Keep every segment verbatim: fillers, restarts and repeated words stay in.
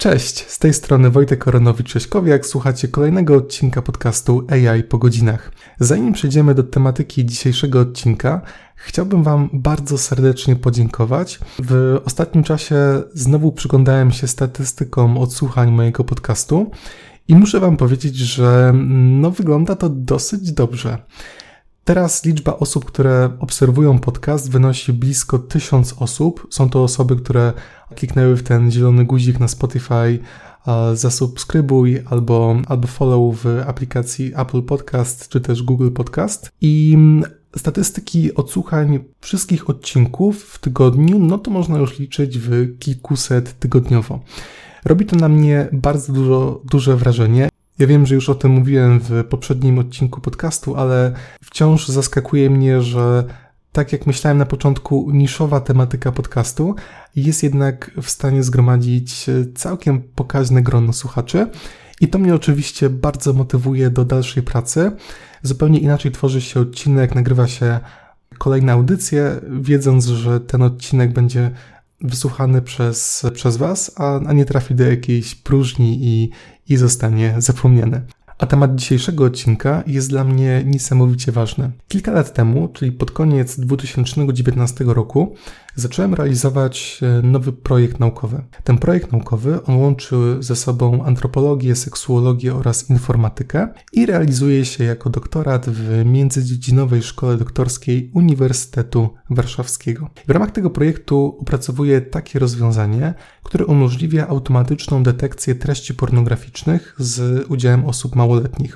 Cześć, z tej strony Wojtek Koronowicz-Cześkowiak, słuchacie kolejnego odcinka podcastu A I po godzinach. Zanim przejdziemy do tematyki dzisiejszego odcinka, chciałbym Wam bardzo serdecznie podziękować. W ostatnim czasie znowu przyglądałem się statystykom odsłuchań mojego podcastu i muszę Wam powiedzieć, że no wygląda to dosyć dobrze. Teraz liczba osób, które obserwują podcast, wynosi blisko tysiąc osób. Są to osoby, które kliknęły w ten zielony guzik na Spotify, zasubskrybuj albo, albo follow w aplikacji Apple Podcast czy też Google Podcast. I statystyki odsłuchań wszystkich odcinków w tygodniu, no to można już liczyć w kilkuset tygodniowo. Robi to na mnie bardzo dużo, duże wrażenie. Ja wiem, że już o tym mówiłem w poprzednim odcinku podcastu, ale wciąż zaskakuje mnie, że tak jak myślałem na początku, niszowa tematyka podcastu jest jednak w stanie zgromadzić całkiem pokaźne grono słuchaczy i to mnie oczywiście bardzo motywuje do dalszej pracy. Zupełnie inaczej tworzy się odcinek, nagrywa się kolejne audycje, wiedząc, że ten odcinek będzie wysłuchany przez, przez Was, a, a nie trafi do jakiejś próżni i, i zostanie zapomniany. A temat dzisiejszego odcinka jest dla mnie niesamowicie ważny. Kilka lat temu, czyli pod koniec dwa tysiące dziewiętnastego roku, zacząłem realizować nowy projekt naukowy. Ten projekt naukowy, on łączy ze sobą antropologię, seksuologię oraz informatykę i realizuje się jako doktorat w Międzydziedzinowej Szkole Doktorskiej Uniwersytetu Warszawskiego. W ramach tego projektu opracowuję takie rozwiązanie, które umożliwia automatyczną detekcję treści pornograficznych z udziałem osób małoletnich.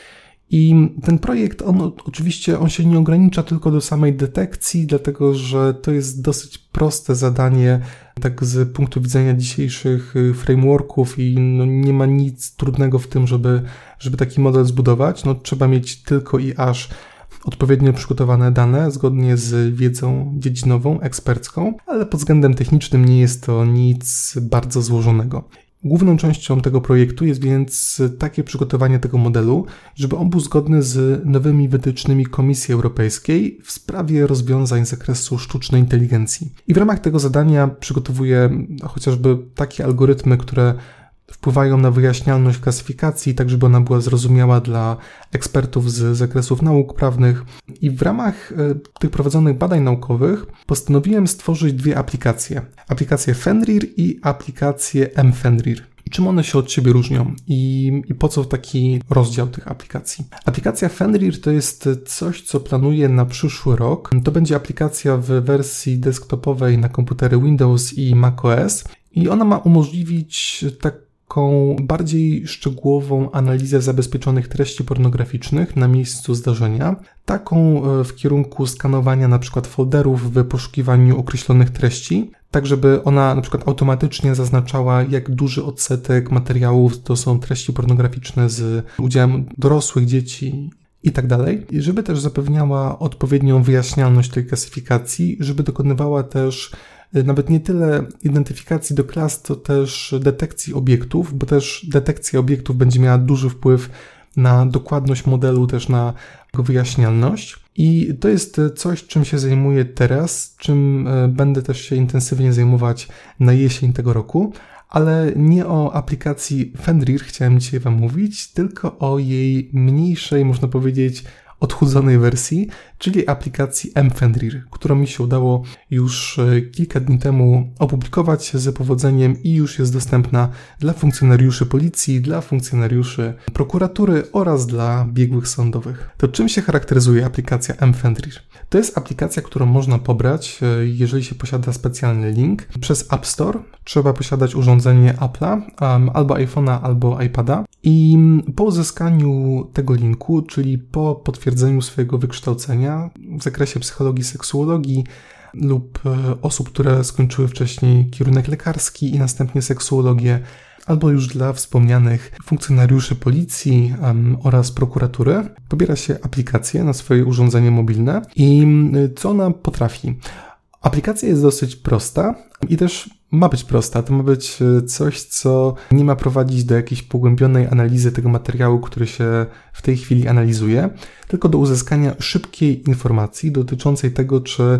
I ten projekt, on oczywiście on się nie ogranicza tylko do samej detekcji, dlatego że to jest dosyć proste zadanie, tak z punktu widzenia dzisiejszych frameworków i no nie ma nic trudnego w tym, żeby, żeby taki model zbudować. No, trzeba mieć tylko i aż odpowiednio przygotowane dane, zgodnie z wiedzą dziedzinową, ekspercką, ale pod względem technicznym nie jest to nic bardzo złożonego. Główną częścią tego projektu jest więc takie przygotowanie tego modelu, żeby on był zgodny z nowymi wytycznymi Komisji Europejskiej w sprawie rozwiązań z zakresu sztucznej inteligencji. I w ramach tego zadania przygotowuję chociażby takie algorytmy, które wpływają na wyjaśnialność klasyfikacji, tak żeby ona była zrozumiała dla ekspertów z zakresów nauk prawnych. I w ramach tych prowadzonych badań naukowych postanowiłem stworzyć dwie aplikacje. Aplikację Fenrir i aplikację mFenrir. Czym one się od siebie różnią i, i po co taki rozdział tych aplikacji? Aplikacja Fenrir to jest coś, co planuję na przyszły rok. To będzie aplikacja w wersji desktopowej na komputery Windows i macOS i ona ma umożliwić tak taką bardziej szczegółową analizę zabezpieczonych treści pornograficznych na miejscu zdarzenia, taką w kierunku skanowania na przykład folderów w poszukiwaniu określonych treści, tak żeby ona na przykład automatycznie zaznaczała, jak duży odsetek materiałów to są treści pornograficzne z udziałem dorosłych, dzieci i tak dalej. I żeby też zapewniała odpowiednią wyjaśnialność tej klasyfikacji, żeby dokonywała też nawet nie tyle identyfikacji do klas, to też detekcji obiektów, bo też detekcja obiektów będzie miała duży wpływ na dokładność modelu, też na jego wyjaśnialność. I to jest coś, czym się zajmuję teraz, czym będę też się intensywnie zajmować na jesień tego roku, ale nie o aplikacji Fenrir chciałem dzisiaj Wam mówić, tylko o jej mniejszej, można powiedzieć, odchudzonej wersji, czyli aplikacji mFenrir, którą mi się udało już kilka dni temu opublikować z powodzeniem i już jest dostępna dla funkcjonariuszy policji, dla funkcjonariuszy prokuratury oraz dla biegłych sądowych. To czym się charakteryzuje aplikacja mFenrir? To jest aplikacja, którą można pobrać, jeżeli się posiada specjalny link, przez App Store. Trzeba posiadać urządzenie Apple'a, um, albo iPhone'a, albo iPada i po uzyskaniu tego linku, czyli po potwierdzeniu swojego wykształcenia w zakresie psychologii, seksuologii lub osób, które skończyły wcześniej kierunek lekarski i następnie seksuologię, albo już dla wspomnianych funkcjonariuszy policji um, oraz prokuratury, pobiera się aplikację na swoje urządzenie mobilne i co ona potrafi? Aplikacja jest dosyć prosta i też ma być prosta. To ma być coś, co nie ma prowadzić do jakiejś pogłębionej analizy tego materiału, który się w tej chwili analizuje, tylko do uzyskania szybkiej informacji dotyczącej tego, czy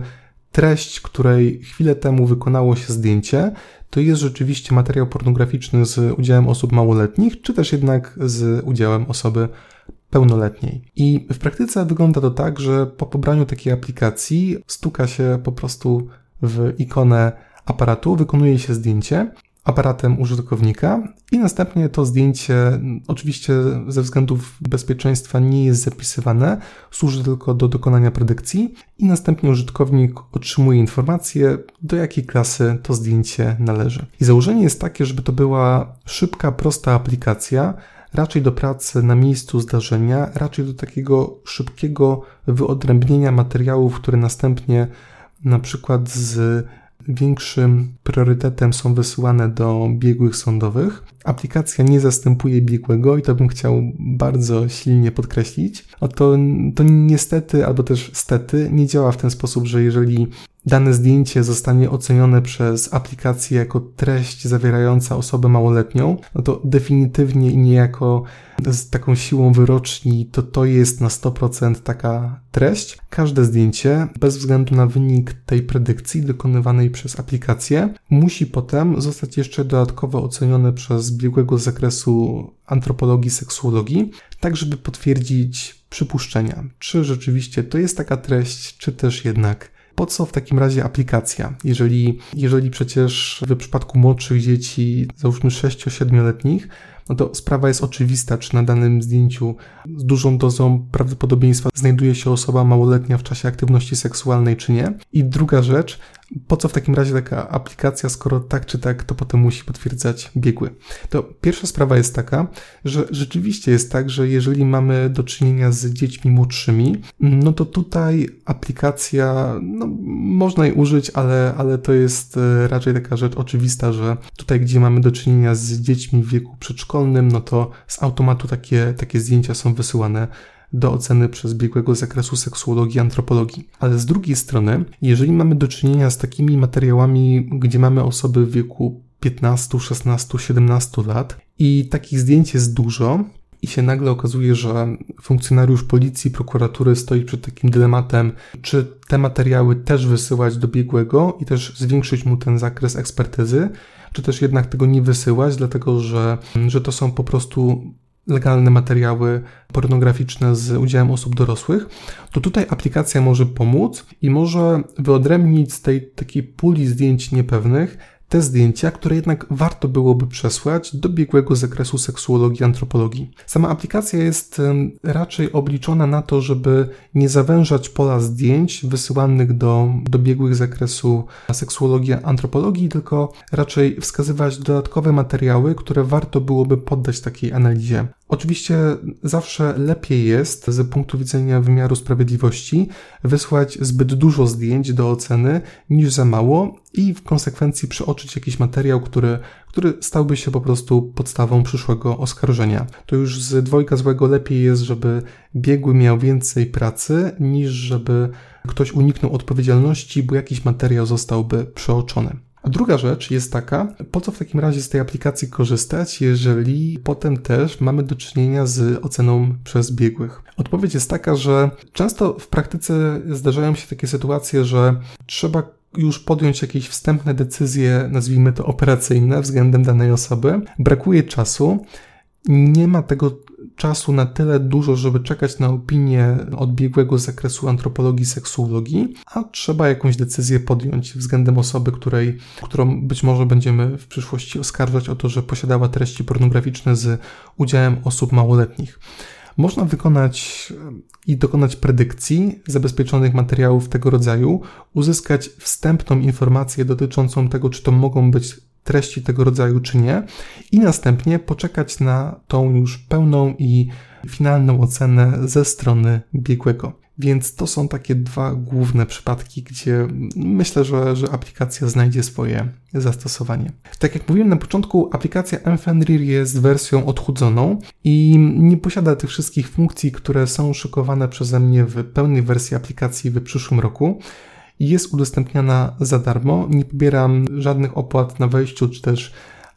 treść, której chwilę temu wykonało się zdjęcie, to jest rzeczywiście materiał pornograficzny z udziałem osób małoletnich, czy też jednak z udziałem osoby pełnoletniej. I w praktyce wygląda to tak, że po pobraniu takiej aplikacji stuka się po prostu w ikonę aparatu, wykonuje się zdjęcie aparatem użytkownika i następnie to zdjęcie oczywiście ze względów bezpieczeństwa nie jest zapisywane, służy tylko do dokonania predykcji i następnie użytkownik otrzymuje informację, do jakiej klasy to zdjęcie należy. I założenie jest takie, żeby to była szybka, prosta aplikacja, raczej do pracy na miejscu zdarzenia, raczej do takiego szybkiego wyodrębnienia materiałów, które następnie na przykład z większym priorytetem są wysyłane do biegłych sądowych. Aplikacja nie zastępuje biegłego i to bym chciał bardzo silnie podkreślić. Oto to niestety albo też stety nie działa w ten sposób, że jeżeli dane zdjęcie zostanie ocenione przez aplikację jako treść zawierająca osobę małoletnią, no to definitywnie i niejako z taką siłą wyroczni to to jest na sto procent taka treść. Każde zdjęcie, bez względu na wynik tej predykcji dokonywanej przez aplikację, musi potem zostać jeszcze dodatkowo ocenione przez biegłego z zakresu antropologii, seksuologii, tak żeby potwierdzić przypuszczenia, czy rzeczywiście to jest taka treść, czy też jednak po co w takim razie aplikacja? Jeżeli, jeżeli przecież w przypadku młodszych dzieci, załóżmy sześcio-siedmioletnich, no to sprawa jest oczywista, czy na danym zdjęciu z dużą dozą prawdopodobieństwa znajduje się osoba małoletnia w czasie aktywności seksualnej, czy nie. I druga rzecz, po co w takim razie taka aplikacja, skoro tak czy tak to potem musi potwierdzać biegły. To pierwsza sprawa jest taka, że rzeczywiście jest tak, że jeżeli mamy do czynienia z dziećmi młodszymi, no to tutaj aplikacja, no można jej użyć, ale, ale to jest raczej taka rzecz oczywista, że tutaj, gdzie mamy do czynienia z dziećmi w wieku przedszkolnym, no to z automatu takie, takie zdjęcia są wysyłane do oceny przez biegłego z zakresu seksuologii, antropologii. Ale z drugiej strony, jeżeli mamy do czynienia z takimi materiałami, gdzie mamy osoby w wieku piętnaście, szesnaście, siedemnaście lat i takich zdjęć jest dużo i się nagle okazuje, że funkcjonariusz policji, prokuratury stoi przed takim dylematem, czy te materiały też wysyłać do biegłego i też zwiększyć mu ten zakres ekspertyzy, czy też jednak tego nie wysyłać, dlatego że, że to są po prostu legalne materiały pornograficzne z udziałem osób dorosłych, to tutaj aplikacja może pomóc i może wyodrębnić z tej takiej puli zdjęć niepewnych te zdjęcia, które jednak warto byłoby przesłać do biegłego z zakresu seksuologii, antropologii. Sama aplikacja jest raczej obliczona na to, żeby nie zawężać pola zdjęć wysyłanych do, do biegłych z zakresu seksuologii, antropologii, tylko raczej wskazywać dodatkowe materiały, które warto byłoby poddać takiej analizie. Oczywiście zawsze lepiej jest z punktu widzenia wymiaru sprawiedliwości wysłać zbyt dużo zdjęć do oceny niż za mało i w konsekwencji przeoczyć jakiś materiał, który, który stałby się po prostu podstawą przyszłego oskarżenia. To już z dwojga złego lepiej jest, żeby biegły miał więcej pracy niż żeby ktoś uniknął odpowiedzialności, bo jakiś materiał zostałby przeoczony. A druga rzecz jest taka, po co w takim razie z tej aplikacji korzystać, jeżeli potem też mamy do czynienia z oceną przez biegłych? Odpowiedź jest taka, że często w praktyce zdarzają się takie sytuacje, że trzeba już podjąć jakieś wstępne decyzje, nazwijmy to operacyjne, względem danej osoby. Brakuje czasu, nie ma tego czasu na tyle dużo, żeby czekać na opinię od biegłego z zakresu antropologii, seksuologii, a trzeba jakąś decyzję podjąć względem osoby, której, którą być może będziemy w przyszłości oskarżać o to, że posiadała treści pornograficzne z udziałem osób małoletnich. Można wykonać i dokonać predykcji zabezpieczonych materiałów tego rodzaju, uzyskać wstępną informację dotyczącą tego, czy to mogą być treści tego rodzaju, czy nie, i następnie poczekać na tą już pełną i finalną ocenę ze strony biegłego. Więc to są takie dwa główne przypadki, gdzie myślę, że, że aplikacja znajdzie swoje zastosowanie. Tak jak mówiłem na początku, aplikacja mFenrir jest wersją odchudzoną i nie posiada tych wszystkich funkcji, które są szykowane przeze mnie w pełnej wersji aplikacji w przyszłym roku. Jest udostępniana za darmo, nie pobieram żadnych opłat na wejściu, czy też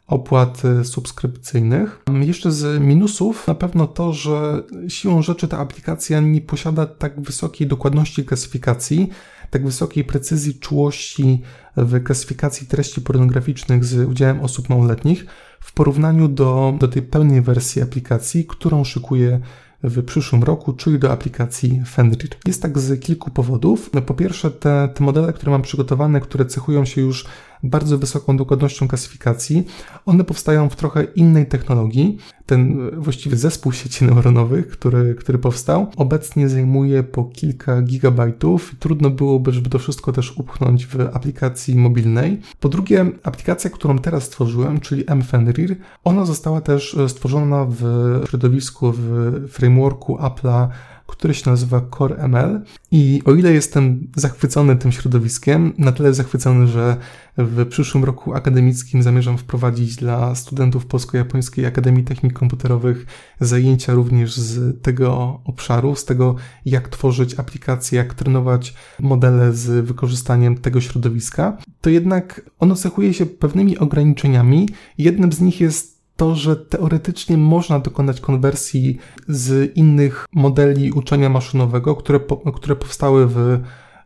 opłat subskrypcyjnych. Jeszcze z minusów na pewno to, że siłą rzeczy ta aplikacja nie posiada tak wysokiej dokładności klasyfikacji, tak wysokiej precyzji, czułości w klasyfikacji treści pornograficznych z udziałem osób małoletnich w porównaniu do, do tej pełnej wersji aplikacji, którą szykuje w przyszłym roku, czyli do aplikacji Fenrir. Jest tak z kilku powodów. Po pierwsze, te, te modele, które mam przygotowane, które cechują się już bardzo wysoką dokładnością klasyfikacji, one powstają w trochę innej technologii. Ten właściwie zespół sieci neuronowych, który, który powstał, obecnie zajmuje po kilka gigabajtów. Trudno byłoby, żeby to wszystko też upchnąć w aplikacji mobilnej. Po drugie, aplikacja, którą teraz stworzyłem, czyli mFenrir, ona została też stworzona w środowisku, w frameworku Apple'a, który się nazywa Core M L i o ile jestem zachwycony tym środowiskiem, na tyle zachwycony, że w przyszłym roku akademickim zamierzam wprowadzić dla studentów Polsko-Japońskiej Akademii Technik Komputerowych zajęcia również z tego obszaru, z tego jak tworzyć aplikacje, jak trenować modele z wykorzystaniem tego środowiska, to jednak ono cechuje się pewnymi ograniczeniami. Jednym z nich jest to, że teoretycznie można dokonać konwersji z innych modeli uczenia maszynowego, które, po, które powstały w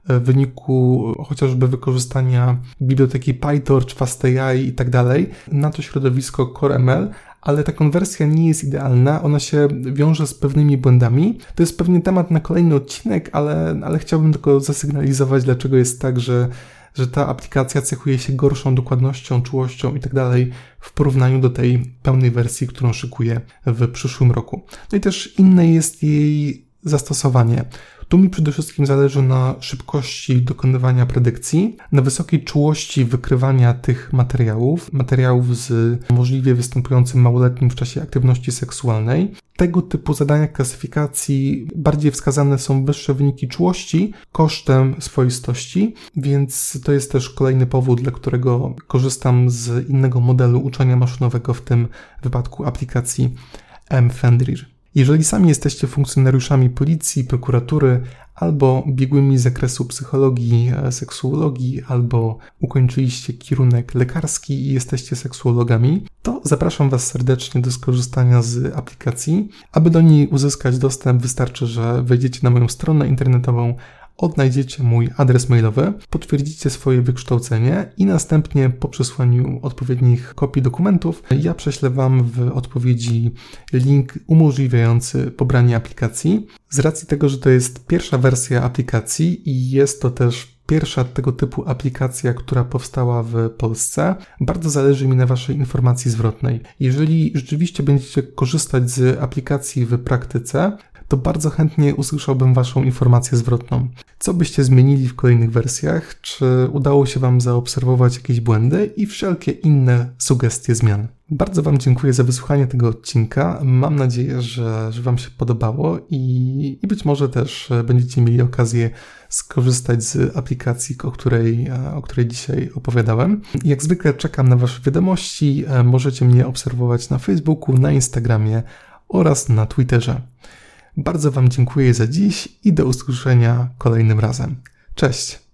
wyniku chociażby wykorzystania biblioteki PyTorch, FastAI i tak dalej na to środowisko Core M L, ale ta konwersja nie jest idealna, ona się wiąże z pewnymi błędami. To jest pewnie temat na kolejny odcinek, ale, ale chciałbym tylko zasygnalizować, dlaczego jest tak, że że ta aplikacja cechuje się gorszą dokładnością, czułością i tak dalej w porównaniu do tej pełnej wersji, którą szykuję w przyszłym roku. No i też inne jest jej zastosowanie. Tu mi przede wszystkim zależy na szybkości dokonywania predykcji, na wysokiej czułości wykrywania tych materiałów, materiałów z możliwie występującym małoletnim w czasie aktywności seksualnej. Tego typu zadania klasyfikacji bardziej wskazane są wyższe wyniki czułości kosztem swoistości, więc to jest też kolejny powód, dla którego korzystam z innego modelu uczenia maszynowego, w tym wypadku aplikacji mFenrir. Jeżeli sami jesteście funkcjonariuszami policji, prokuratury albo biegłymi z zakresu psychologii, seksuologii, albo ukończyliście kierunek lekarski i jesteście seksuologami, to zapraszam Was serdecznie do skorzystania z aplikacji. Aby do niej uzyskać dostęp, wystarczy, że wejdziecie na moją stronę internetową, odnajdziecie mój adres mailowy, potwierdzicie swoje wykształcenie i następnie po przesłaniu odpowiednich kopii dokumentów ja prześlę Wam w odpowiedzi link umożliwiający pobranie aplikacji. Z racji tego, że to jest pierwsza wersja aplikacji i jest to też pierwsza tego typu aplikacja, która powstała w Polsce, bardzo zależy mi na Waszej informacji zwrotnej. Jeżeli rzeczywiście będziecie korzystać z aplikacji w praktyce, to bardzo chętnie usłyszałbym Waszą informację zwrotną. Co byście zmienili w kolejnych wersjach? Czy udało się Wam zaobserwować jakieś błędy i wszelkie inne sugestie zmian? Bardzo Wam dziękuję za wysłuchanie tego odcinka. Mam nadzieję, że, że Wam się podobało i, i być może też będziecie mieli okazję skorzystać z aplikacji, o której, o której dzisiaj opowiadałem. Jak zwykle czekam na Wasze wiadomości. Możecie mnie obserwować na Facebooku, na Instagramie oraz na Twitterze. Bardzo Wam dziękuję za dziś i do usłyszenia kolejnym razem. Cześć!